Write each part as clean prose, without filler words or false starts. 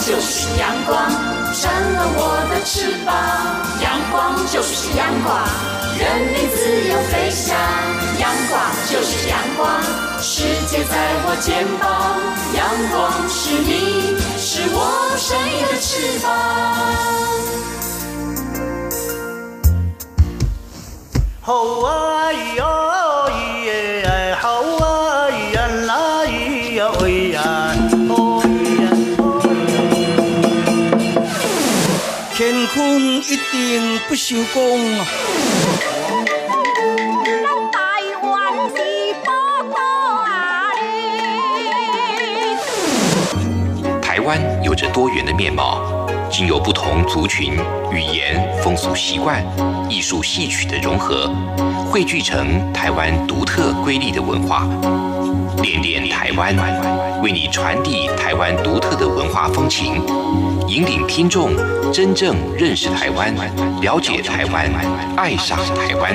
就是阳光，成了我的翅膀。阳光就是阳光，人民自由飞翔。阳光就是阳光，世界在我肩膀。阳光是你，是我生命的翅膀。 好啊哟耶，好啊呀啦呀喂呀，哦呀乾坤一定不朽功啊！ 台湾有着多元的面貌，经由不同族群、语言、风俗习惯、艺术戏曲的融合，汇聚成台湾独特瑰丽的文化。恋恋台湾，为你传递台湾独特的文化风情，引领听众真正认识台湾，了解台湾，爱上台湾。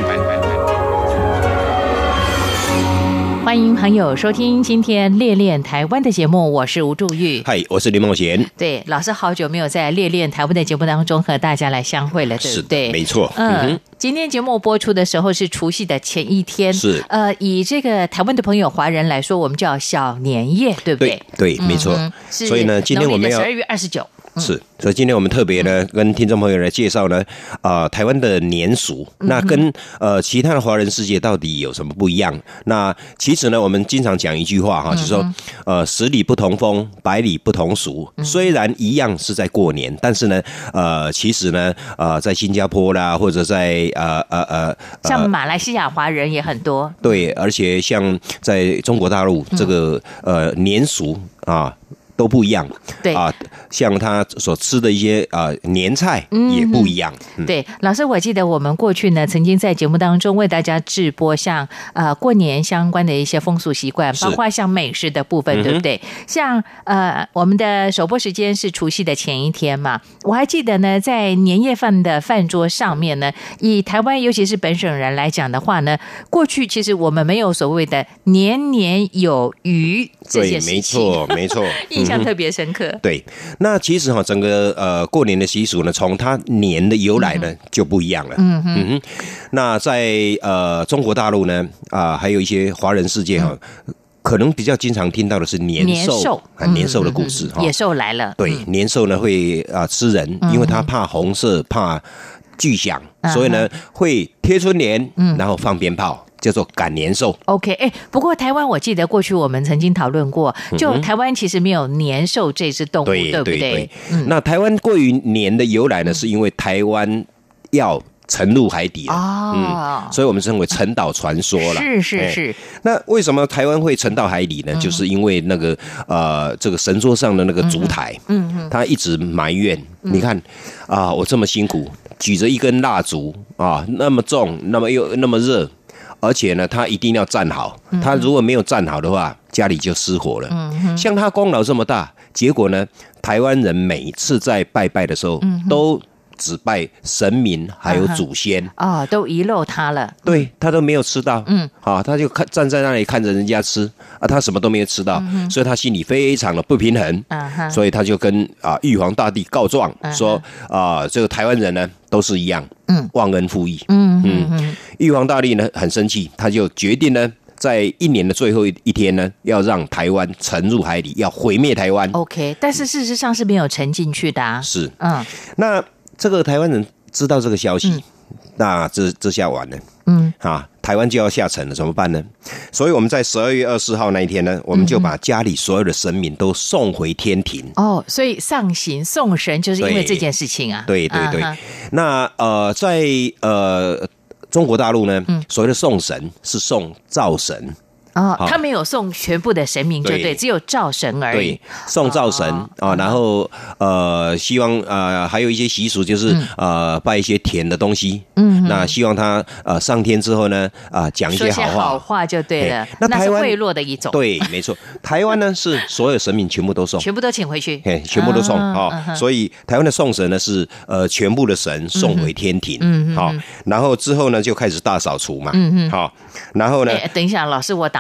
欢迎朋友收听今天恋恋台湾的节目，我是吴祝玉。 嗨，我是林梦贤。 对，老师好久没有在恋恋台湾的节目当中和大家来相会了，对不对？ 没错。 今天节目播出的时候是除夕的前一天， 是以这个台湾的朋友华人来说，我们叫小年夜，对不对？ 对，没错。所以呢，今天我们要 12月29。 是，所以今天我们特别呢，跟听众朋友来介绍呢，台湾的年俗，那跟其他的华人世界到底有什么不一样？那其实呢，我们经常讲一句话哈，就是说，十里不同风，百里不同俗。虽然一样是在过年，但是呢，其实呢，在新加坡啦，或者在像马来西亚华人也很多， 对，而且像在中国大陆这个年俗啊。都不一样， 对像他所吃的一些年菜也不一样。 对，老师，我记得我们过去呢，曾经在节目当中为大家直播像过年相关的一些风俗习惯，包括像美食的部分，对不对？像我们的首播时间是除夕的前一天嘛，我还记得呢，在年夜饭的饭桌上面呢，以台湾尤其是本省人来讲的话呢，过去其实我们没有所谓的年年有余这件事情， 对，没错。 印象特别深刻。 对，那其实整个过年的习俗呢，从它年的由来呢就不一样了。那在中国大陆呢还有一些华人世界可能比较经常听到的是年兽的故事。 野兽来了， 对，年兽呢会吃人，因为它怕红色，怕巨响，所以呢会贴春联，然后放鞭炮。叫做赶年兽。 OK， 不过台湾我记得过去我们曾经讨论过，就台湾其实没有年兽这只动物，对不对？ 那台湾过于年的由来呢，是因为台湾要沉入海底了，所以我们称为沉岛传说了。 是。 那为什么台湾会沉到海底呢？就是因为那个这个神桌上的那个烛台，他一直埋怨，你看我这么辛苦举着一根蜡烛那么重，那么又那么热。而且呢，他一定要站好。他如果没有站好的话，家里就失火了。像他功劳这么大，结果呢，台湾人每次在拜拜的时候，都只拜神明还有祖先都遗漏他了。 对，他都没有吃到。他就站在那里看着人家吃他什么都没有吃到，所以他心里非常的不平衡。所以他就跟玉皇大帝告状说这个台湾人呢都是一样，忘恩负义。玉皇大帝呢很生气，他就决定呢，在一年的最后一天呢，要让台湾沉入海底，要毁灭台湾。 OK， 但是事实上是没有沉进去的。 是，那这个台湾人知道这个消息，那这下完了。台湾就要下沉了，怎么办呢？所以我们在12月24号那一天呢，我们就把家里所有的神明都送回天庭。 所以上行送神就是因为这件事情啊。 对。那在中国大陆呢，所谓的送神是送灶神。 他没有送全部的神明，就对，只有灶神而已。 对，送灶神然后希望还有一些习俗，就是拜一些甜的东西。那希望他上天之后呢讲一些好话就对了。那是贿赂的一种。 对，没错。台湾呢是所有神明全部都送， 全部都请回去， 全部都送所以台湾的送神呢是全部的神送回天庭。然后之后呢就开始大扫除嘛。然后呢， 等一下，老师我打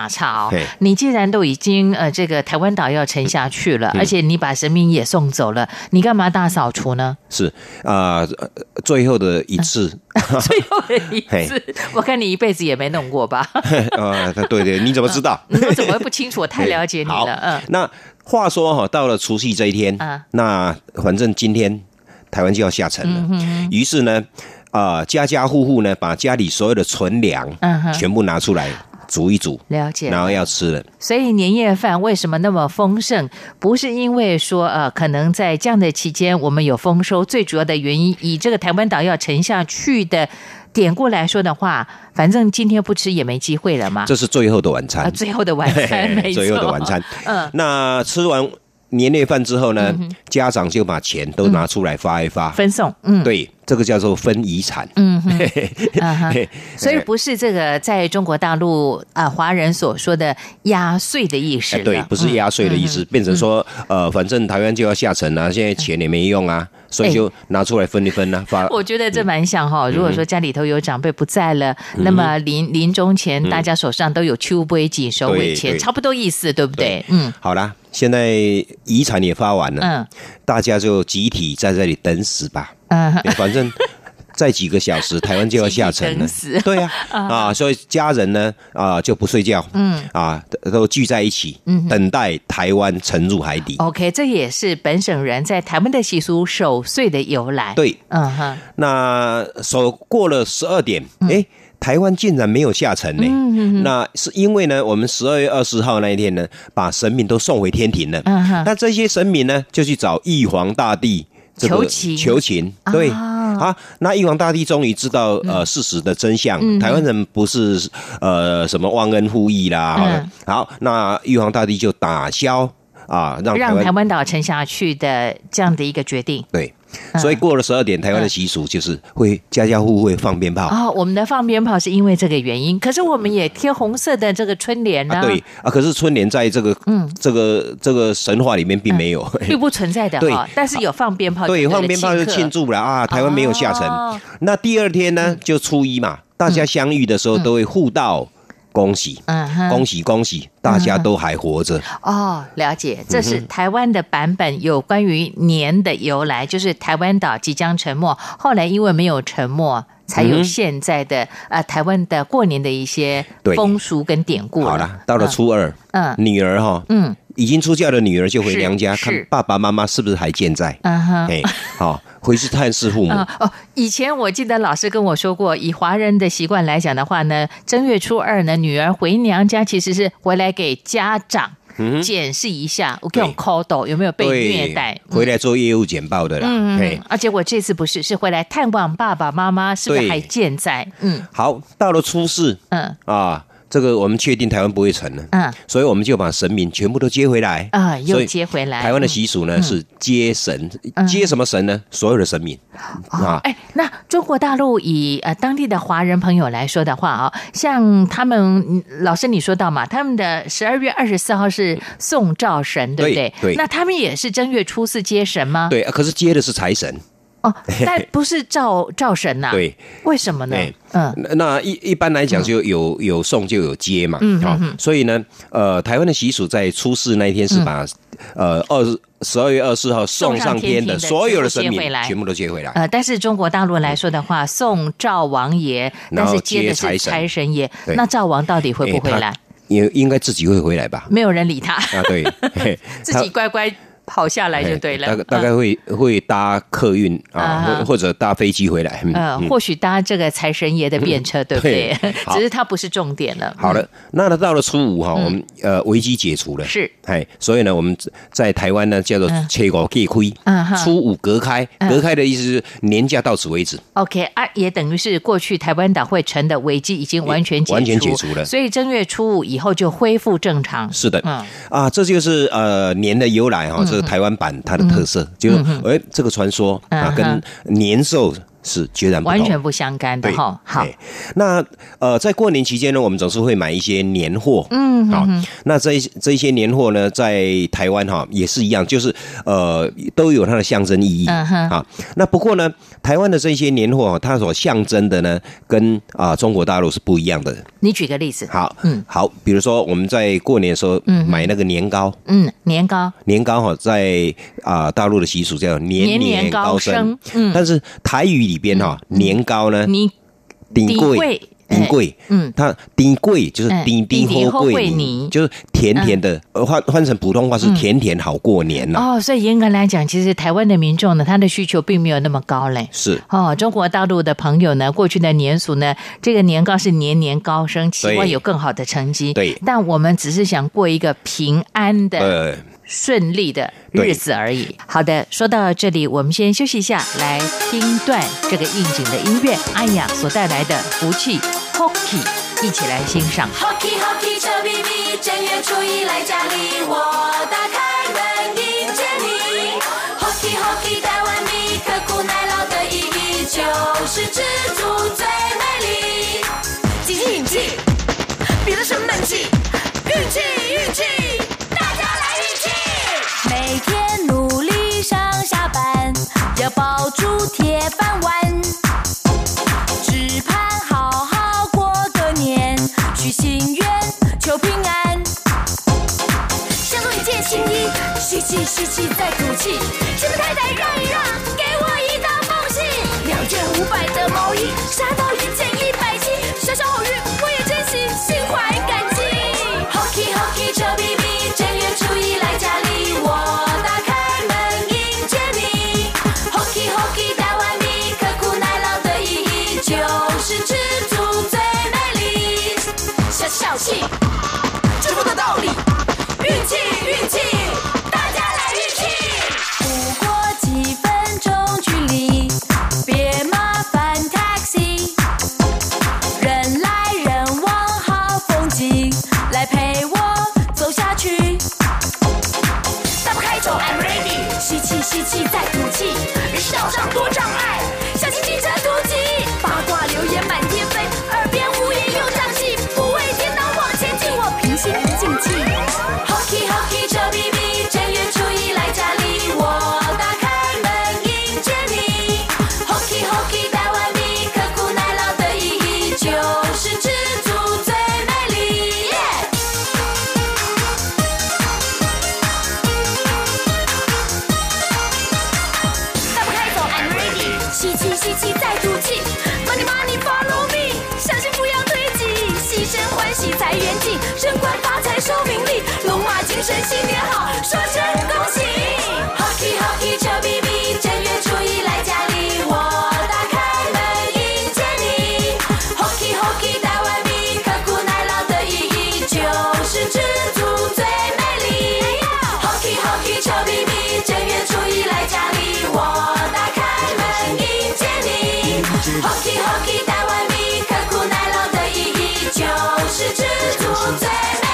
打岔哦。你既然都已经这个台湾岛要沉下去了，而且你把神明也送走了，你干嘛大扫除呢？ 是最后的一次。 最后的一次，我看你一辈子也没弄过吧？ 对，你怎么知道？ 我怎么会不清楚？我太了解你了。 那话说到了除夕这一天，那反正今天台湾就要下沉了，于是呢，家家户户呢把家里所有的存粮，全部拿出来煮一煮， 了解， 然后要吃了。 所以年夜饭为什么那么丰盛？不是因为说可能在这样的期间我们有丰收，最主要的原因，以这个台湾岛要沉下去的典故来说的话，反正今天不吃也没机会了嘛。 这是最后的晚餐， 最后的晚餐，没错， 最后的晚餐。那吃完年夜饭之后呢，家长就把钱都拿出来发一发， 分送。 对，这个叫做分遗产。 所以不是这个在中国大陆华人所说的压岁的意思。 对，不是压岁的意思，变成说反正台湾就要下沉啊，现在钱也没用啊，所以就拿出来分一分啊，发。 我觉得这蛮像哈。如果说家里头有长辈不在了，那么临终前大家手上都有秋杯几手尾钱，差不多意思，对不对？ 好啦，现在遗产也发完了，大家就集体在这里等死吧。反正再几个小时台湾就要下沉了。对啊，所以家人呢就不睡觉，都聚在一起，等待台湾沉入海底。 OK， 这也是本省人在台湾的习俗守岁的由来。 对，那守过了12点，台湾竟然没有下沉呢。那是因为呢，我们12月20号那一天呢，把神明都送回天庭了。那这些神明呢，就去找玉皇大帝求情。对那玉皇大帝终于知道事实的真相，台湾人不是什么忘恩负义啦。好，那玉皇大帝就打消让台湾岛沉下去的这样的一个决定。 对。所以过了12点，台湾的习俗就是会家家户户会放鞭炮。 我们的放鞭炮是因为这个原因，可是我们也贴红色的这个春联啊。 对可是春联在这个神话里面并没有， 并不存在的哈。但是有放鞭炮， 对，放鞭炮就庆祝了台湾没有下沉。那第二天呢，就初一嘛，大家相遇的时候都会互道。恭喜，恭喜，大家都还活着。 了解，这是台湾的版本，有关于年的由来，就是台湾岛即将沉没，后来因为没有沉没，才有现在的台湾的过年的一些风俗跟典故。 好了，到了初二，女儿已经出嫁的女儿就回娘家，看爸爸妈妈是不是还健在。回去探视父母。 以前我记得老师跟我说过，以华人的习惯来讲的话呢，正月初二呢，女儿回娘家其实是回来给家长检视一下，我跟我 call 有没有被虐待， 回来做业务简报的啦。 结果这次不是回来探望爸爸妈妈是不是还健在。 好，到了初四，这个我们确定台湾不会沉了，所以我们就把神明全部都接回来又接回来。 台湾的习俗呢是接神，接什么神呢？所有的神明那中国大陆以当地的华人朋友来说的话像他们老师你说到嘛，他们的12月24号是送灶神，对不对？ 对。 那他们也是正月初4接神吗？ 对，可是接的是财神。 但不是灶神呐。 对， 为什么呢？ 那一般来讲就有送就有接嘛。所以呢，台湾的习俗在初4那一天是把12月24号送上天的所有的神明全部都接回来。 但是中国大陆来说的话，送灶王爷，但是接的是财神爷。那灶王到底会不回来？ 也应该自己会回来吧？ 没有人理他对， 自己乖乖跑下来就对了。 大概会搭客运或者搭飞机回来。 或许搭这个财神爷的便车，对不对？只是它不是重点了。 好了，那到了初5我们危机解除了。 是， 所以呢，我们在台湾呢叫做切五戒亏，初5隔开。隔开的意思是年假到此为止。 OK 也等于是过去台湾岛会沉的危机已经完全解除了，所以正月初5以后就恢复正常。 是的，这就是年的由来这个台湾版它的特色，就是这个传说跟年兽是截然不同， 完全不相干的哈。好， 那在过年期间呢，我们总是会买一些年货，好，那这一些年货呢，在台湾哈也是一样，就是都有它的象征意义啊。那不过呢，台湾的这些年货它所象征的呢，跟中国大陆是不一样的。 你举个例子。 好，比如说我们在过年的时候买那个年糕， 年糕哈，在大陆的习俗叫年年高升，但是台语里边哈，年糕呢，顶贵，它丁贵就是丁好过年，就是甜甜的，换成普通话是甜甜好过年啦。 所以严格来讲，其实台湾的民众呢，他的需求并没有那么高嘞。 是中国大陆的朋友呢，过去的年俗呢，这个年糕是年年高升，期望有更好的成绩。 对， 但我们只是想过一个平安的。顺利的日子而已。好的，说到这里，我们先休息一下，来听段这个应景的音乐，安雅所带来的福气 Hockey， 一起来欣赏。 Hockey Hockey 臭咪咪，正月初一来家里，我打开门迎接你。Hockey Hockey 台湾米，刻苦耐劳的意义就是知足最美丽。挤挤引气，别的生闷气，运气运气。每天努力上下班，要保住铁饭碗，只盼好好过个年，许心愿求平安。相中一件新衣，吸气吸气再吐气，新的太太让一让，给我一道缝隙。2件500的毛衣，杀到1件170，小小好运我也珍惜，心怀感激。Hockey Hockey 臭咪咪，正月初一来家里。小气，致富的道理，运气运气，大家来运气。不过几分钟距离，别麻烦 taxi， 人来人往好风景，来陪我走下去。大步开走 I'm ready， 吸气吸气再吐气，人世道上多障碍，小心汽车突击，八卦流言满天飞，耳边无言又瘴气。平心静气 ，Hockey Hockey 臭咪咪，正月初一来家里，我打开门迎接你。Hockey Hockey 台湾米，刻苦耐劳的意义就是知足最美丽。大步开走 I'm ready， 吸气吸气再吐气 ，Money Money follow me， 小幸福要推挤，喜神欢喜财源进。升官发财收名利，龙马精神新年好，说声恭喜。Hockey Hockey 臭咪咪，正月初一来家里，我打开门迎接你。Hockey Hockey 台湾米，刻苦耐劳的意义就是知足最美丽。Hockey Hockey 臭咪咪，正月初一来家里，我打开门迎接你。Hockey Hockey 台湾米，刻苦耐劳的意义就是知足最。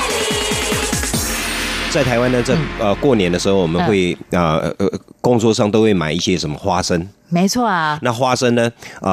在台湾呢，过年的时候，我们会工作上都会买一些什么花生。 没错啊。 那花生呢？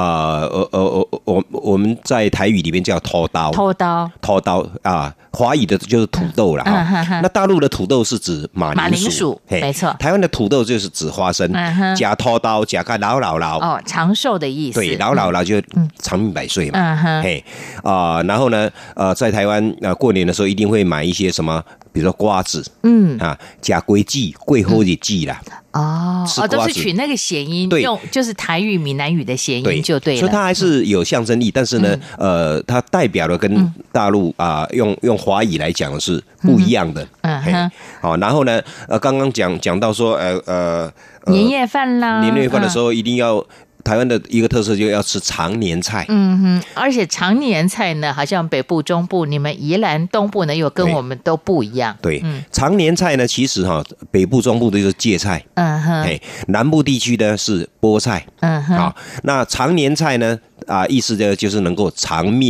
我们在台语里面叫偷刀啊，华语的就是土豆啦。那大陆的土豆是指马铃薯， 没错。 台湾的土豆就是指花生，加偷刀，加个老长寿的意思。 对，老就长命百岁嘛。然后呢，在台湾过年的时候一定会买一些什么，比如说瓜子，加龟记、桂花的记啦。 都是取那个谐音，用就是台语、闽南语的谐音就对了。 所以它还是有象征力，但是呢，它代表的跟大陆用华语来讲的是不一样的。好，然后呢，刚刚讲到说， 年夜饭啦， 年夜饭的时候一定要。台湾的一个特色就要吃长年菜， 而且长年菜呢，好像北部、中部，你们宜兰东部呢，又跟我们都不一样。 对，长年菜呢，其实北部、中部的就是芥菜，南部地区呢是菠菜，那长年菜呢，意思就是能够长命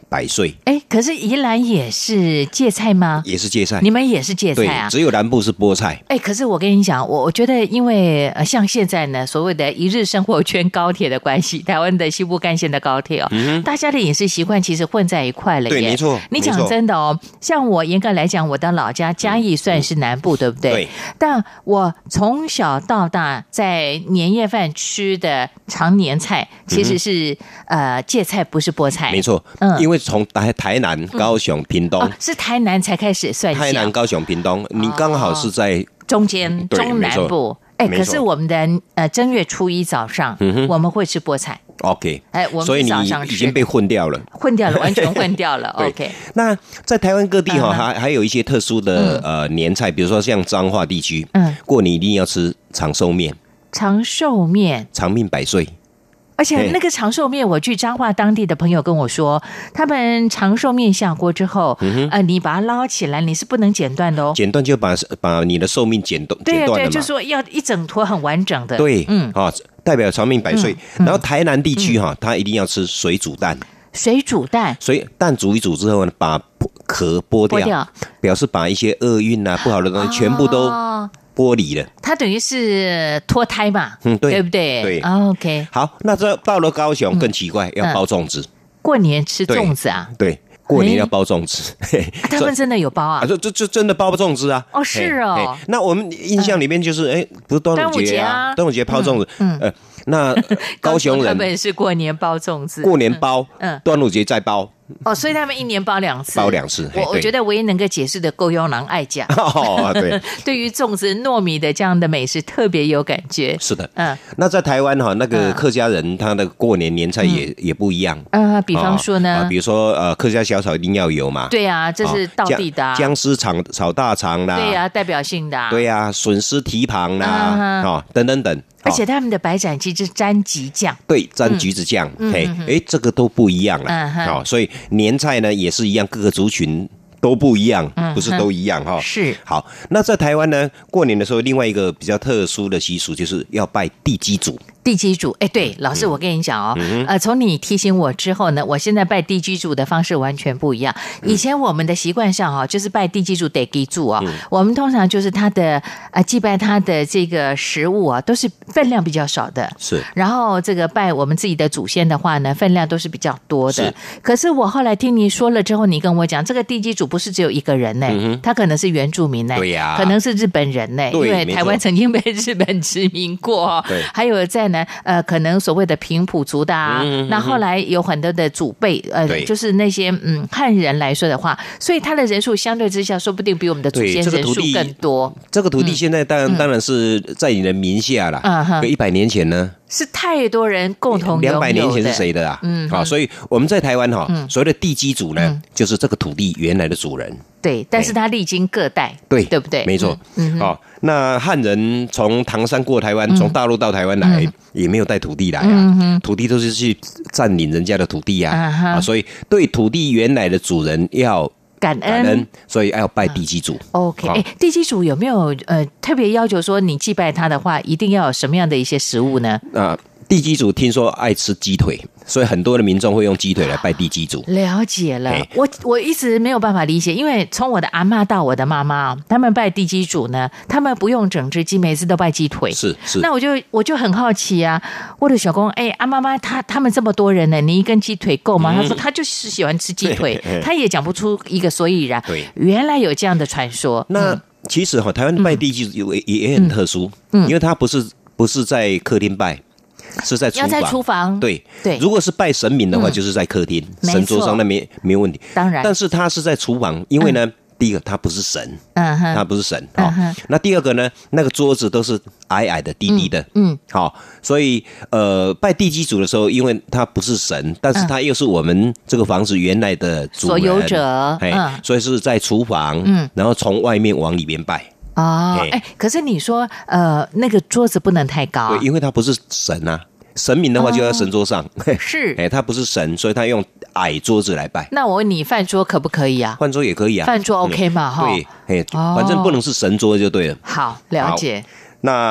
百岁。 可是宜兰也是芥菜吗？ 也是芥菜， 你们也是芥菜啊？ 对，只有南部是菠菜。 可是我跟你讲，我觉得因为像现在呢，所谓的一日生活圈高铁的关系，台湾的西部干线的高铁大家的饮食习惯其实混在一块了耶。 对，没错。 你讲真的哦，像我严格来讲，我的老家嘉义算是南部，对不对？ 对。 但我从小到大在年夜饭吃的常年菜，其实是芥菜，不是菠菜。 没错，因为从台南、高雄、屏东， 是台南才开始算。 台南、高雄、屏东，你刚好是在中间中南部。可是我们的正月初一早上，我们会吃菠菜。 OK， 我们所以你已经被混掉了， 完全混掉了。OK， 那在台湾各地还有一些特殊的年菜，比如说像彰化地区，过年一定要吃长寿面。 长寿面， 长命百岁。 而且那个长寿面，我去彰化当地的朋友跟我说，他们长寿面下锅之后，你把它捞起来，你是不能剪断的哦。 剪断就把你的寿命剪断了嘛。 对，就说要一整坨很完整的。 对，代表长命百岁。然后台南地区它一定要吃水煮蛋。 水煮蛋， 蛋煮一煮之后呢，把壳剥掉，表示把一些厄运不好的东西全部都剥离了。 它等于是脱胎嘛，对不对？ 对 ，OK。 好，那这到了高雄更奇怪，要包粽子。 过年吃粽子啊？ 对，过年要包粽子。 他们真的有包啊？ 就真的包粽子啊？ 哦，是哦。 那我们印象里面就是不是端午节啊？端午节包粽子。那高雄人他们是过年包粽子， 过年包，端午节再包。 所以他们一年包2次，我觉得唯一能够解释的够用狼爱讲。 对， 对于粽子、糯米的这样的美食特别有感觉。 是的，那在台湾那个客家人他的过年年菜也不一样。 比方说呢， 比如说客家小炒一定要有嘛。 对啊，这是道地的。 姜丝炒大肠啦， 对啊，代表性的。 对啊，笋丝蹄膀啦，等等等。 而且他们的白斩鸡是沾橘酱， 对，沾橘子酱，这个都不一样了。所以年菜呢也是一样，各个族群都不一样，不是都一样哈。 是。 好，那在台湾呢，过年的时候，另外一个比较特殊的习俗就是要拜地基主。 地基主，对，老师，我跟你讲哦，从你提醒我之后呢，我现在拜地基主的方式完全不一样。以前我们的习惯上就是拜地基主得基主我们通常就是他的祭拜他的这个食物都是分量比较少的， 是。 然后这个拜我们自己的祖先的话呢，分量都是比较多的。可是我后来听你说了之后，你跟我讲，这个地基主不是只有一个人呢，他可能是原住民呢， 对呀， 可能是日本人呢，因为台湾曾经被日本殖民过对， 还有在呢。可能所谓的平埔族的那后来有很多的祖辈，就是那些汉人来说的话，所以他的人数相对之下，说不定比我们的祖先人数更多。 这个土地现在当然是在你的名下了。100年前呢？ 是太多人共同拥有的。 200年前是谁的啊？所以我们在台湾所谓的地基主呢，就是这个土地原来的主人。 对，但是他历经各代，对不对？ 没错。那汉人从唐山过台湾，从大陆到台湾来，也没有带土地来啊，土地都是去占领人家的土地啊，所以对土地原来的主人要感恩，所以要拜地基主。 OK， 地基主有没有特别要求说，你祭拜他的话，一定要有什么样的一些食物呢？ 地基主听说爱吃鸡腿，所以很多的民众会用鸡腿来拜地基主。 了解了，我一直没有办法理解，因为从我的阿嬷到我的妈妈，他们拜地基主呢，他们不用整只鸡，每次都拜鸡腿。 是。 那我就很好奇啊，我的小公，阿妈妈他们这么多人呢，你一根鸡腿够吗？他说他就是喜欢吃鸡腿，他也讲不出一个所以然。 对， 原来有这样的传说。 那其实台湾拜地基主也很特殊，因为他不是在客厅拜。是在厨房， 要在厨房。 对，如果是拜神明的话，就是在客厅神桌上，那没有问题。 当然， 但是他是在厨房，因为呢，第一个他不是神，他不是神那第二个呢，那个桌子都是矮矮的、低低的，所以拜地基主的时候，因为他不是神，但是他又是我们这个房子原来的主人，所有者，所以是在厨房，然后从外面往里面拜。 可是你说那个桌子不能太高， 对，因为他不是神啊，神明的话就在神桌上， 是， 他不是神，所以他用矮桌子来拜。 那我问你，饭桌可不可以啊？ 饭桌也可以啊， 饭桌 OK 嘛？ 对，反正不能是神桌就对了。 好，了解。 那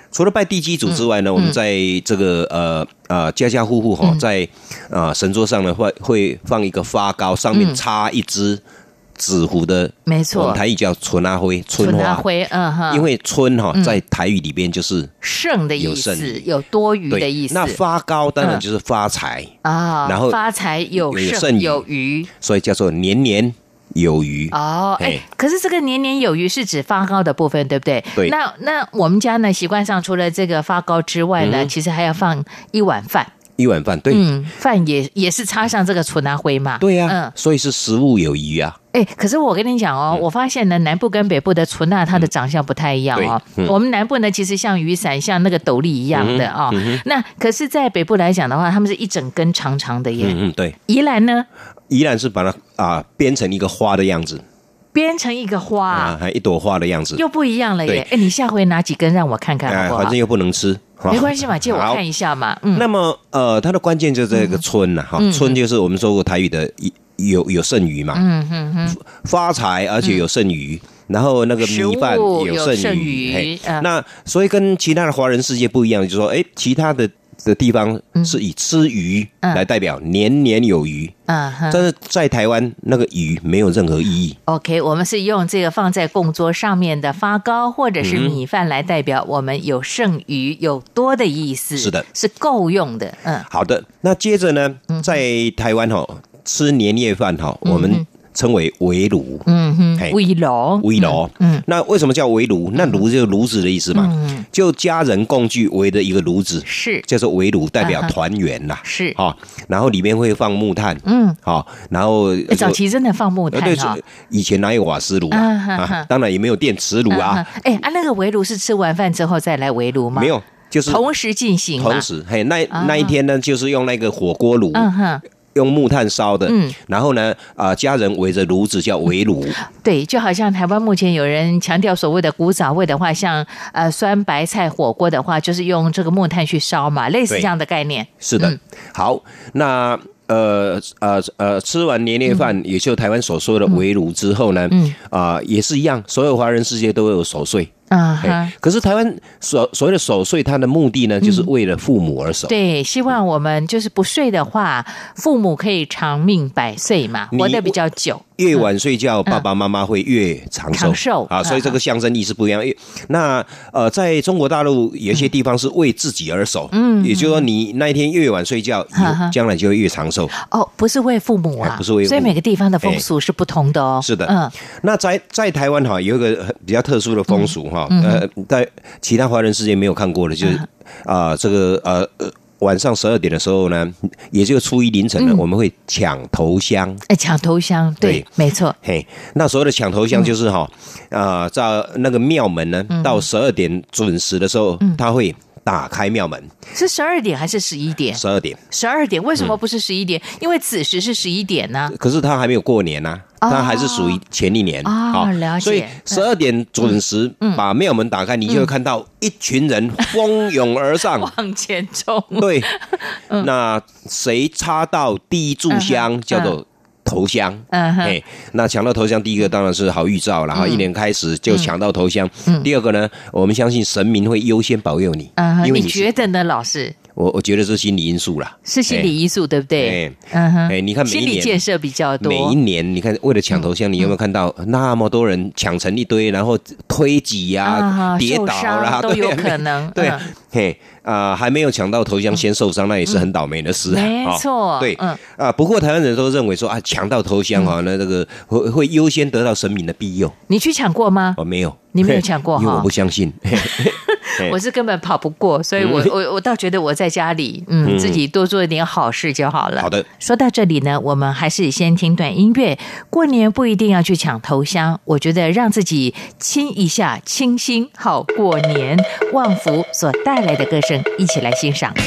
除了拜地基主之外呢，我们在这个家家户户在神桌上呢会放一个发糕，上面插一支紫湖的， 没错， 我们台语叫春阿灰， 春阿灰， 因为春在台语里边就是盛的意思，有多余的意思。 那发糕当然就是发财啊， 然后发财有剩有余， 所以叫做年年有余哦。可是这个年年有余是指发糕的部分，对不对？ 对。 那我们家呢，习惯上除了这个发糕之外呢，其实还要放一碗饭。 一碗饭，对， 饭也是插上这个春阿灰嘛， 对呀，所以是食物有余啊。 可是我跟你讲哦，我发现呢，南部跟北部的春啊，它的长相不太一样哦。我们南部呢，其实像雨伞，像那个斗笠一样的哦。那可是，在北部来讲的话，他们是一整根长长的耶。 对。 宜兰呢？ 宜兰是把它编成一个花的样子。 编成一个花还一朵花的样子， 又不一样了耶！你下回拿几根让我看看好不好？ 反正又不能吃， 没关系嘛，借我看一下嘛。 那么它的关键就是这个春呐，春就是我们说过台语的有剩余嘛，发财而且有剩余，然后那个米饭有剩余，那所以跟其他的华人世界不一样，就是说，其他的地方是以吃鱼来代表年年有余，但是在台湾那个鱼没有任何意义。 OK， 我们是用这个放在供桌上面的发糕或者是米饭来代表我们有剩余有多的意思。 是的， 是够用的。 好的。那接着呢，在台湾吃年夜饭我们称为围炉， 围炉， 那为什么叫围炉？那炉就是炉子的意思嘛，就家人共聚围的一个炉子， 是叫做围炉，代表团圆啦， 是然后里面会放木炭，然后早期真的放木炭， 对，以前哪有瓦斯炉啊？当然也没有电磁炉啊。 那个围炉是吃完饭之后再来围炉吗？ 没有，就是同时进行， 同时，那一天呢，就是用那个火锅炉，用木炭烧的，然后呢，家人围着炉子叫围炉。 对，就好像台湾目前有人强调所谓的古早味的话，像酸白菜火锅的话，就是用这个木炭去烧嘛，类似这样的概念。 是的，好，那吃完年夜饭，也就台湾所说的围炉之后呢，也是一样，所有华人世界都有守岁。可是台湾所谓的守岁，它的目的呢，就是为了父母而守。 对，希望我们就是不睡的话，父母可以长命百岁嘛，活得比较久。 越晚睡觉，爸爸妈妈会越长寿啊，所以这个象征意是不一样。那在中国大陆有些地方是为自己而守，也就是说你那一天越晚睡觉，将来就会越长寿。 不是为父母啊， 不是为父母， 所以每个地方的风俗是不同的哦。 是的，那在台湾有一个比较特殊的风俗在其他华人世界没有看过的，就是这个晚上12点的时候呢，也就是初一凌晨呢，我们会抢头香。 抢头香，对，没错。 那所谓的抢头香就是在那个庙门呢，到12点准时的时候，他会打开庙门。 是12点还是11点 ？12点。 12点，为什么不是11点？因为此时是11点呢。 可是他还没有过年啊。它还是属于前一年了解。 所以12点准时把庙门打开，你就会看到一群人蜂拥而上， 往前冲。 对，那谁插到第一炷香叫做头香，那抢到头香，第一个当然是好预兆，然后一年开始就抢到头香。第二个呢，我们相信神明会优先保佑你。因为你觉得呢，老师？ 我觉得是心理因素啦， 是心理因素，对不对？ 你看每一年心理建设比较多。 每一年你看，为了抢头香，你有没有看到那么多人抢成一堆，然后推挤跌倒啦， 都有可能。 对，还没有抢到头香先受伤，那也是很倒霉的事。 没错， 对，不过台湾人都认为说抢到头香那这个会优先得到神明的庇佑。 你去抢过吗？ 我没有， 你没有抢过， 因为我不相信。 我是根本跑不过，所以我倒觉得我在家里自己多做一点好事就好了。 好的， 说到这里呢，我们还是先听段音乐。过年不一定要去抢头香，我觉得让自己亲一下清心好过年。旺福所带来的歌声，一起来欣赏。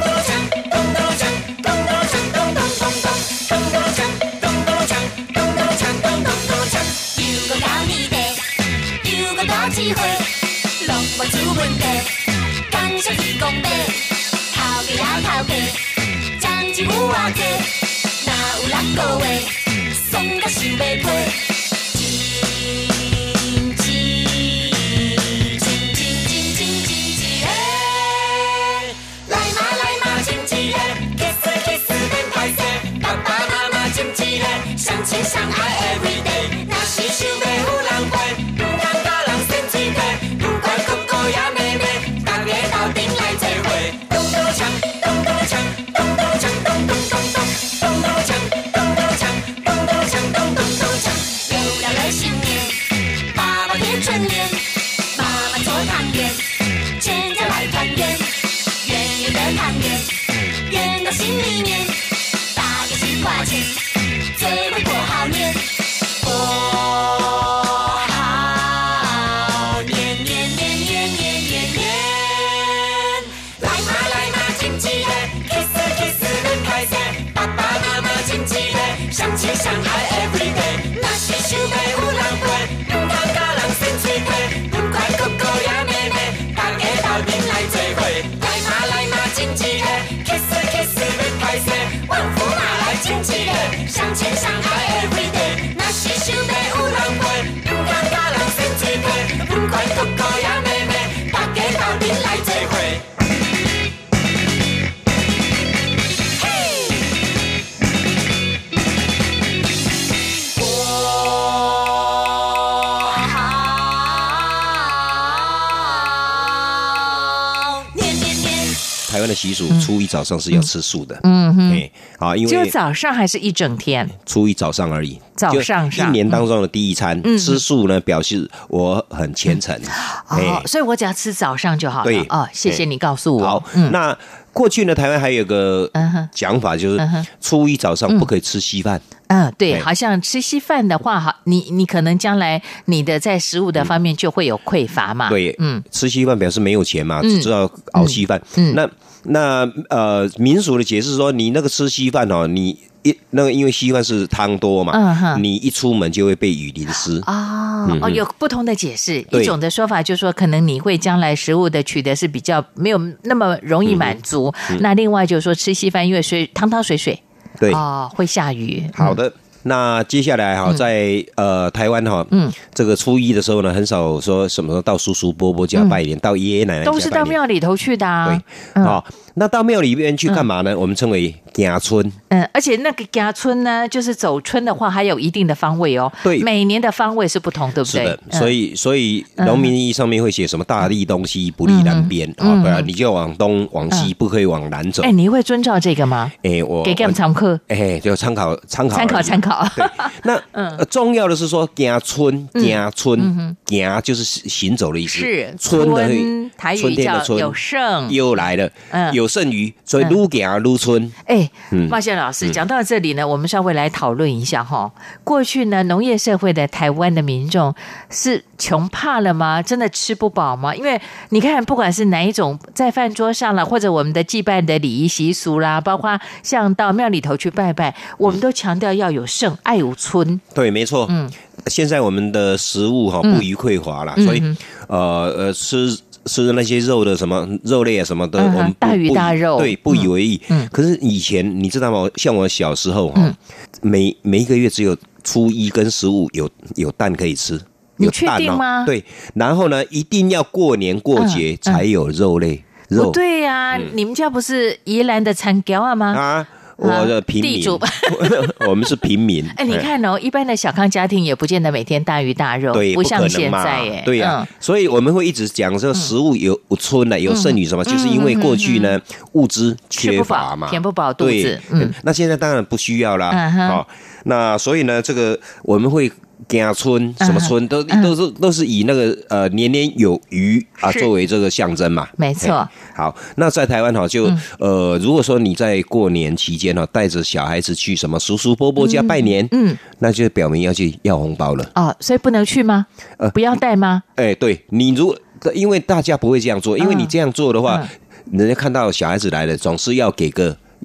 咚咚锵，咚咚锵，咚咚锵，咚咚锵，咚咚锵，咚咚锵。 一回，拢无出问题。感谢义工队，头家呀头家，奖金有偌济，哪有6个月，爽到想要飞。相亲相爱 every day， 若是想要有人陪，不通甲人生水皮，不管哥哥也妹妹，大家斗阵来做伙。咚咚锵，咚咚锵，咚咚锵，咚咚咚咚，咚咚锵，咚咚锵，咚咚锵，咚咚咚锵。又到了新年，爸爸贴春联，妈妈做汤圆，全家来团圆，圆圆的汤圆，圆到心里面，大家心花钱。最会过好年，过好年，年年年年年年。来嘛，亲戚嘞 ，kiss kiss 人开心，爸爸妈妈亲戚嘞，相亲相爱 every day。若是想要有人陪，不通甲人生水皮，不管哥哥也妹妹，大家斗阵来做伙。来嘛，亲戚嘞 ，kiss kiss 人开心，旺福嘛来亲戚嘞。相亲相爱 every day， 若是想要有人陪，不通甲人生水皮，不管哥哥也妹妹，大家斗阵来做伙。嘿，年年年。 台湾的习俗，初一早上是要吃素的。因为就早上还是一整天？ 初一早上而已， 早上一年当中的第一餐，吃素呢，表示我很虔诚。 所以我只要吃早上就好了。 对哦，谢谢你告诉我。 好，那过去呢，台湾还有个讲法，就是初一早上不可以吃稀饭。 对，好像吃稀饭的话，你可能将来你的在食物的方面就会有匮乏嘛。 对，吃稀饭表示没有钱嘛，只知道熬稀饭。那民俗的解释说，你那个吃稀饭哦，你因为稀饭是汤多嘛，你一出门就会被雨淋湿。有不同的解释。一种的说法就是说，可能你会将来食物的取得是比较没有那么容易满足。那另外就是说，吃稀饭因为汤汤水水。对会下雨。好的， 那接下来在台湾这个初一的时候呢，很少说什么到叔叔伯伯家拜年，到爷爷奶奶家拜年， 都是到庙里头去的。 对，那到庙里边去干嘛呢？我们称为行村。 而且那个行村呢，就是走村的话，还有一定的方位哦。对，每年的方位是不同，对不对？ 是的，所以农民历上面会写什么大利东西，不利南边啊，不然你就往东往西，不可以往南走。 你会遵照这个吗？ 我给他们常客。 就参考。 对， 那重要的是说行村，行就是行走的意思。 是村的台语叫有剩， 又来了，有剩余，所以愈行愈村。 茂宪老师讲到这里呢，我们稍微来讨论一下哈。过去呢，农业社会的台湾的民众是穷怕了吗？真的吃不饱吗？因为你看，不管是哪一种，在饭桌上了，或者我们的祭拜的礼仪习俗啦，包括像到庙里头去拜拜，我们都强调要有剩，爱有村。 对，没错。现在我们的食物不虞匮乏了，所以吃那些肉的什么肉类啊什么的，我们大鱼大肉， 对，不以为意。可是以前你知道吗？像我小时候每一个月只有初一跟15有蛋可以吃。 你确定吗？ 对，然后呢，一定要过年过节才有肉类。 不对呀，你们家不是宜兰的产条吗？ 我的平民， 地主我们是平民。 你看哦，一般的小康家庭也不见得每天大鱼大肉， 对， 不像现在对呀。所以我们会一直讲说，食物有存了，有剩余什么，就是因为过去呢物资缺乏嘛， 填不饱肚子。 那现在当然不需要啦。那所以呢，这个我们会。行村什么村都是以那个年年有余作为这个象征嘛， 没错。 好，那在台湾就如果说你在过年期间带着小孩子去什么叔叔伯伯家拜年，那就表明要去要红包了。 所以不能去吗？不要带吗？ 对，你因为大家不会这样做，因为你这样做的话，人家看到小孩子来了，总是要给个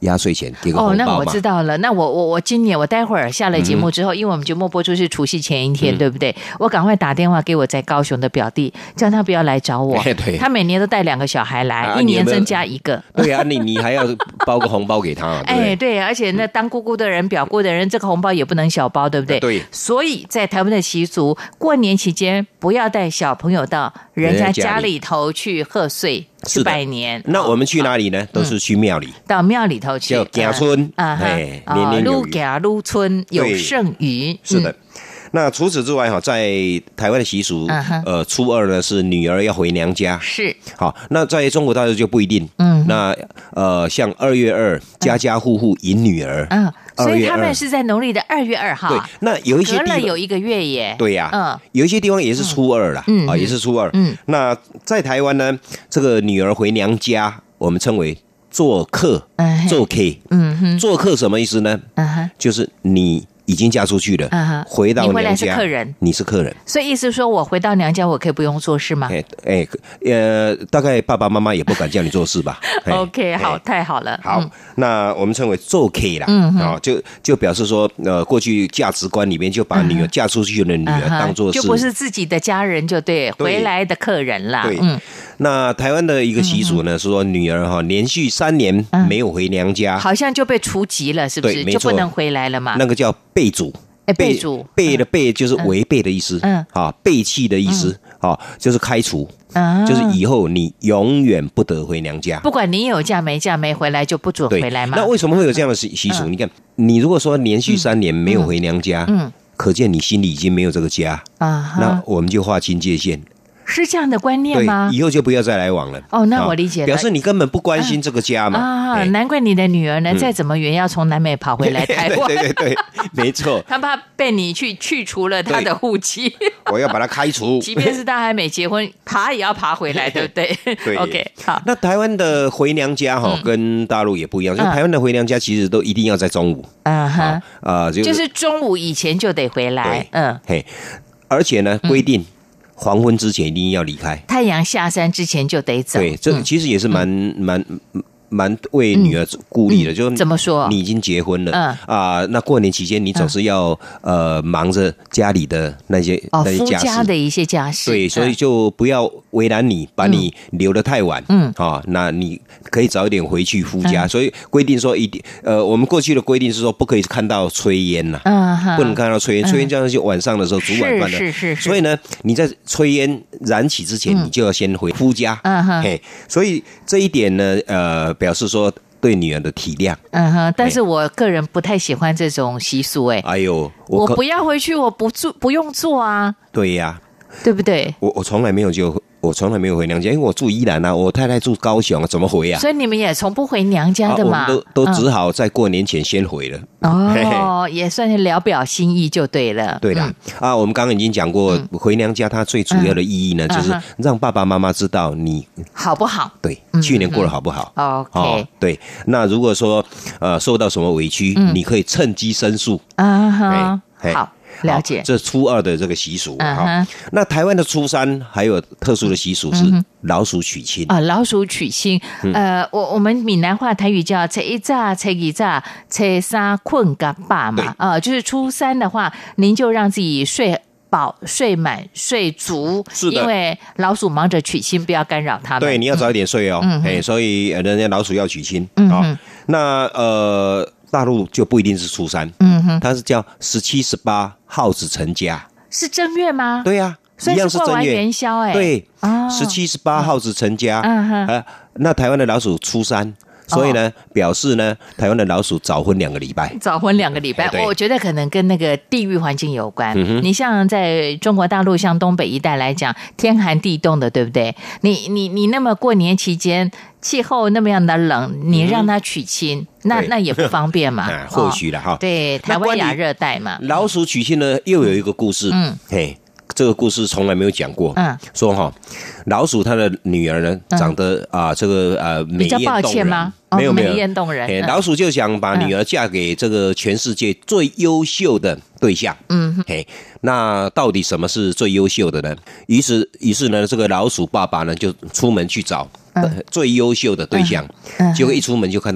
压岁钱给个红包嘛。 那我知道了。那我今年我待会儿下了节目之后，因为我们节目播出是除夕前一天，对不对？我赶快打电话给我在高雄的表弟，叫他不要来找我。 对， 他每年都带2个小孩来，一年增加1个。 对啊，你还要包个红包给他。 对，而且那当姑姑的人、表姑的人，这个红包也不能小包，对不对？ 对。 所以在台湾的习俗，过年期间不要带小朋友到人家家里头去贺岁。去拜年。 那我们去哪里呢？都是去庙里， 到庙里头去， 叫行村年年有余， 愈行愈村有剩余。 是的。那除此之外哈，在台湾的习俗，初二呢是女儿要回娘家， 是好。那在中国大陆就不一定，那像2月2，家家户户迎女儿， 所以他们是在农历的2月2号。 对，那有一些隔了有1个月耶。 对呀，有一些地方也是初二啦，也是初二。那在台湾呢，这个女儿回娘家，我们称为做客，做客。做客什么意思呢？就是你已经嫁出去了，回到娘家，你回来是客人，你是客人， 所以意思说我回到娘家，我可以不用做事吗？ 大概爸爸妈妈也不敢叫你做事吧。 OK， 好，太好了。 好，那我们称为做客啦，就表示说，过去价值观里面就把女儿嫁出去的女儿当做是， 就不是自己的家人，就对，回来的客人啦。 对，那台湾的一个习俗呢，是说女儿哈连续3年没有回娘家， 好像就被除籍了，是不是？就不能回来了嘛？ 那个叫背祖。 背祖， 背的背就是违背的意思，背弃的意思，就是开除，就是以后你永远不得回娘家， 不管你有嫁没嫁，没回来就不准回来嘛。 那为什么会有这样的习俗？你看，你如果说连续3年没有回娘家，可见你心里已经没有这个家，那我们就划清界限。 是这样的观念吗？ 对，以后就不要再来往了。 那我理解了， 表示你根本不关心这个家嘛。 难怪你的女儿呢，再怎么远要从南美跑回来台湾。 对，没错。 她怕被你去除了她的户籍， 我要把她开除。 即便是她还没结婚，爬也要爬回来，对不对？ 对。 OK， 好。 那台湾的回娘家跟大陆也不一样，就台湾的回娘家其实都一定要在中午。 就是中午以前就得回来。 而且呢，规定黄昏之前一定要离开， 太阳下山之前就得走。 对，这其实也是蛮为女儿顾虑的，就怎么说？ 你已经结婚了，那过年期间你总是要忙着家里的那些夫家的一些家事， 对，所以就不要为难你，把你留得太晚，那你可以早一点回去夫家。所以规定说我们过去的规定是说不可以看到炊烟呐，不能看到炊烟，炊烟这样就晚上的时候煮晚饭的，是。所以呢，你在炊烟燃起之前，你就要先回夫家，所以这一点呢，表示说对女儿的体谅， 但是我个人不太喜欢这种习俗， 哎呦， 我不要回去，我不用做啊， 对呀， 对不对？ 我从来没有回娘家，因为我住宜兰啊，我太太住高雄啊，怎么回啊？ 所以你们也从不回娘家的嘛？ 我们都只好在过年前先回了。 也算是聊表心意就对了。 对的我们刚刚已经讲过，回娘家它最主要的意义呢，就是让爸爸妈妈知道你好不好？ 对，去年过得好不好 ？OK， 对。那如果说受到什么委屈，你可以趁机申诉。 好。了解， 这初二的这个习俗那台湾的初3还有特殊的习俗是老鼠娶亲老鼠娶亲，我们闽南话台语叫初1早、初2早、初3困甲饱嘛，就是初3的话，您就让自己睡饱、睡满、睡足，因为老鼠忙着娶亲，不要干扰他们。 对，你要早一点睡哦。所以人家老鼠要娶亲那大陆就不一定是初3，它是叫17、18耗子成家，是正月吗？对呀，一样是正月，过完元宵对，17、18耗子成家。那台湾的老鼠初3。所以呢，表示呢，台湾的老鼠早婚2个礼拜。早婚2个礼拜，我觉得可能跟那个地域环境有关。你像在中国大陆，像东北一带来讲，天寒地冻的，对不对？你那么过年期间气候那么样的冷，你让他娶亲，那也不方便嘛。或许了哈。对，台湾亚热带嘛。老鼠娶亲呢，又有一个故事。这个故事从来没有讲过。说老鼠它的女儿呢，长得这个美艳动人。比较抱歉吗？没有美艳动人。老鼠就想把女儿嫁给这个全世界最优秀的对象。那到底什么是最优秀的呢？于是呢，这个老鼠爸爸呢就出门去找最优秀的对象。结果一出门就看到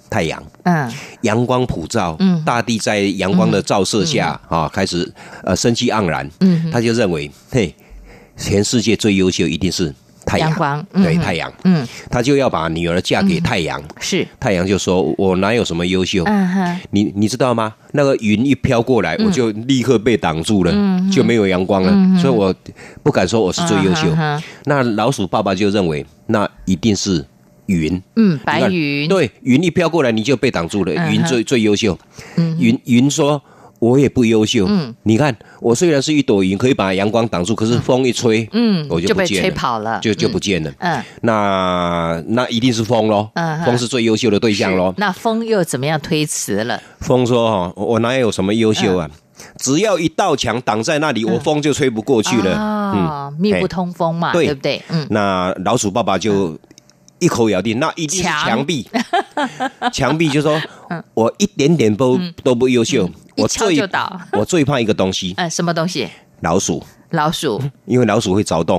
太阳， 嗯， 阳光普照，大地在阳光的照射下开始生机盎然，他就认为，嘿，全世界最优秀一定是太阳， 阳光， 对，太阳，他就要把女儿嫁给太阳， 是， 太阳就说，我哪有什么优秀，你知道吗？那个云一飘过来，我就立刻被挡住了，就没有阳光了，所以我不敢说我是最优秀。那老鼠爸爸就认为，那一定是云， 白云， 对，云一飘过来你就被挡住了，云最优秀。云说我也不优秀，你看我虽然是一朵云，可以把阳光挡住，可是风一吹，我就不见了， 就被吹跑了， 就不见了。那一定是风咯，风是最优秀的对象咯。 那风又怎么样推辞了？ 风说我哪有什么优秀啊？只要一道墙挡在那里，我风就吹不过去了。 密不通风嘛，对不对？ 那老鼠爸爸就一口咬定，那一定是墙壁。墙壁就说，我一点点都不优秀， 一敲就倒。 我最怕一个东西， 什么东西？ 老鼠，因为老鼠会凿洞。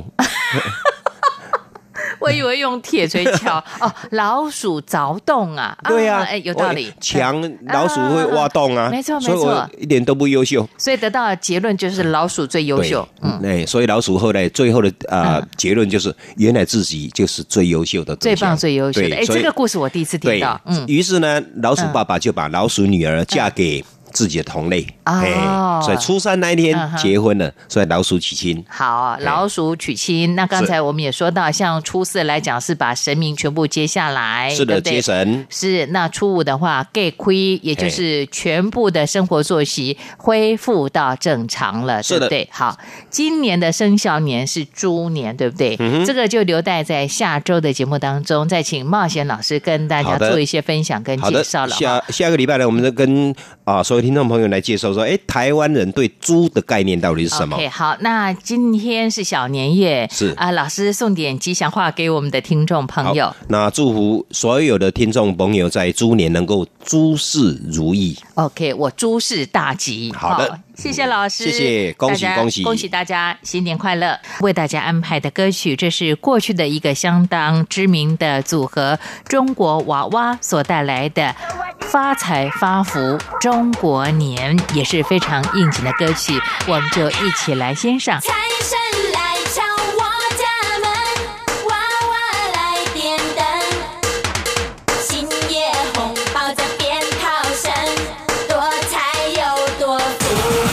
我以为用铁锤敲老鼠凿洞啊！ 对啊， 有道理。 墙老鼠会挖洞啊， 没错， 所以我一点都不优秀。 所以得到的结论就是老鼠最优秀。 所以老鼠后来最后的结论就是，原来自己就是最优秀的， 最棒、最优秀的。这个故事我第一次听到。 于是呢，老鼠爸爸就把老鼠女儿嫁给自己的同类，所以初三那一天结婚了，所以老鼠娶亲。 好，老鼠娶亲。那刚才我们也说到，像初四来讲是把神明全部接下来， 是的，接神是。那初五的话，给亏，也就是全部的生活作息恢复到正常了，对不对？好，今年的生肖年是猪年，对不对？这个就留待在下周的节目当中，再请茂贤老师跟大家做一些分享跟介绍了。 下个礼拜呢，我们就跟所有听众朋友来介绍说，台湾人对猪的概念到底是什么？ OK， 好，那今天是小年夜， 是老师送点吉祥话给我们的听众朋友。 那祝福所有的听众朋友在猪年能够诸事如意。 OK， 我诸事大吉。 好的， 谢谢老师， 谢谢，恭喜恭喜， 恭喜大家新年快乐！为大家安排的歌曲，这是过去的一个相当知名的组合中国娃娃所带来的发财发福中国年，也是非常应景的歌曲，我们就一起来欣赏。 财神来敲我家门，娃娃来点灯，新year红包在鞭炮声，多财又多福。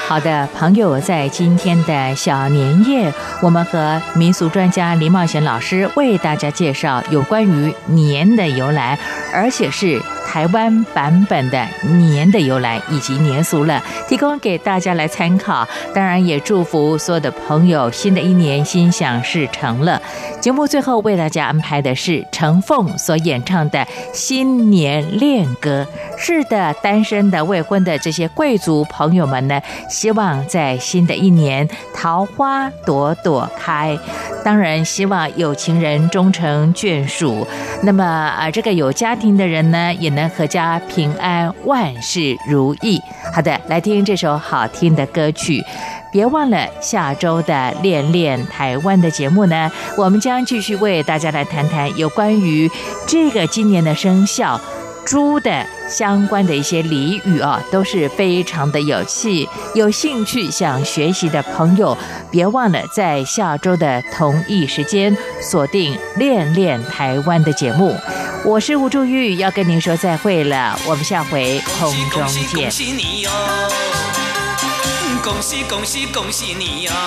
好的，朋友，在今天的小年夜，我们和民俗专家林茂贤老师为大家介绍有关于年的由来，而且是台湾版本的年的由来以及年俗了，提供给大家来参考。当然也祝福所有的朋友新的一年心想事成了。节目最后为大家安排的是程凤所演唱的新年恋歌。是的，单身的未婚的这些贵族朋友们呢，希望在新的一年桃花朵朵开，当然希望有情人终成眷属。那么这个有家庭的人呢，也能阖家平安，万事如意。好的，来听这首好听的歌曲。别忘了下周的恋恋台湾的节目呢，我们将继续为大家来谈谈有关于这个今年的生肖猪的相关的一些俚语都是非常的有趣。有兴趣想学习的朋友，别忘了在下周的同一时间锁定恋恋台湾的节目。我是吴祝玉，要跟您说再会了，我们下回空中见。 恭喜你哟，恭喜恭喜恭喜你哟，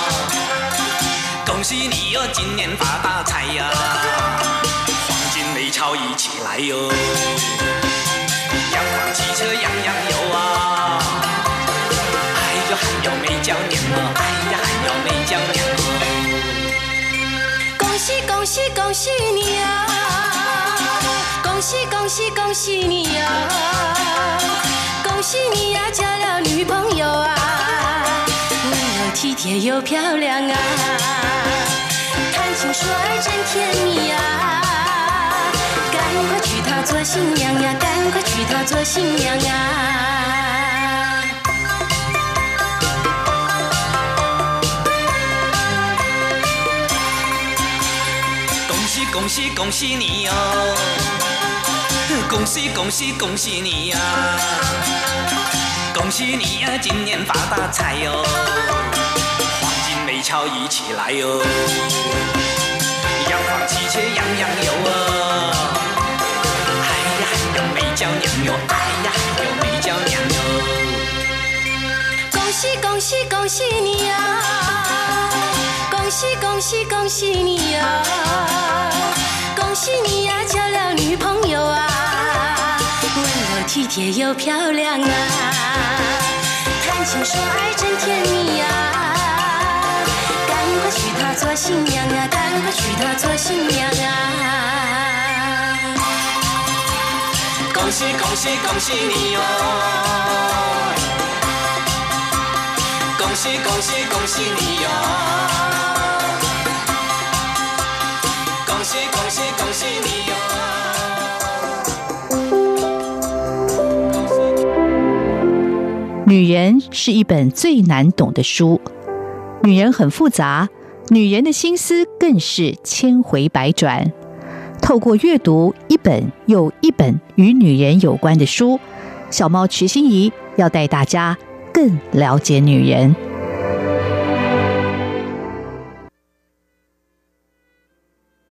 恭喜你哟，今年发大财呀，黄金美钞一起来哟，阳光汽车样样有啊，哎呦还有美娇娘哦，哎呀还有美娇娘哦， 恭喜恭喜恭喜你呀，恭喜恭喜恭喜你呀，恭喜你呀交了女朋友啊，温柔体贴又漂亮啊，谈情说爱真甜蜜呀，赶快娶她做新娘呀，赶快娶她做新娘啊。 恭喜恭喜恭喜你哟，恭喜恭喜恭喜你呀，恭喜你呀今年发大财哟，黄金美钞一起来哟，阳光汽车样样有哦，哎呀还有美娇娘哟，哎呀还有美娇娘哟， 恭喜恭喜恭喜你呀，恭喜恭喜恭喜你呀，恭喜你呀交了女朋友啊，温柔体贴又漂亮啊，谈情说爱真甜蜜呀，赶快娶她做新娘啊，赶快娶她做新娘啊。 恭喜恭喜恭喜你哟，恭喜恭喜恭喜你哟，恭喜恭喜恭喜你哟。 女人是一本最难懂的书，女人很复杂，女人的心思更是千回百转。透过阅读一本又一本与女人有关的书，小猫瞿欣怡要带大家更了解女人。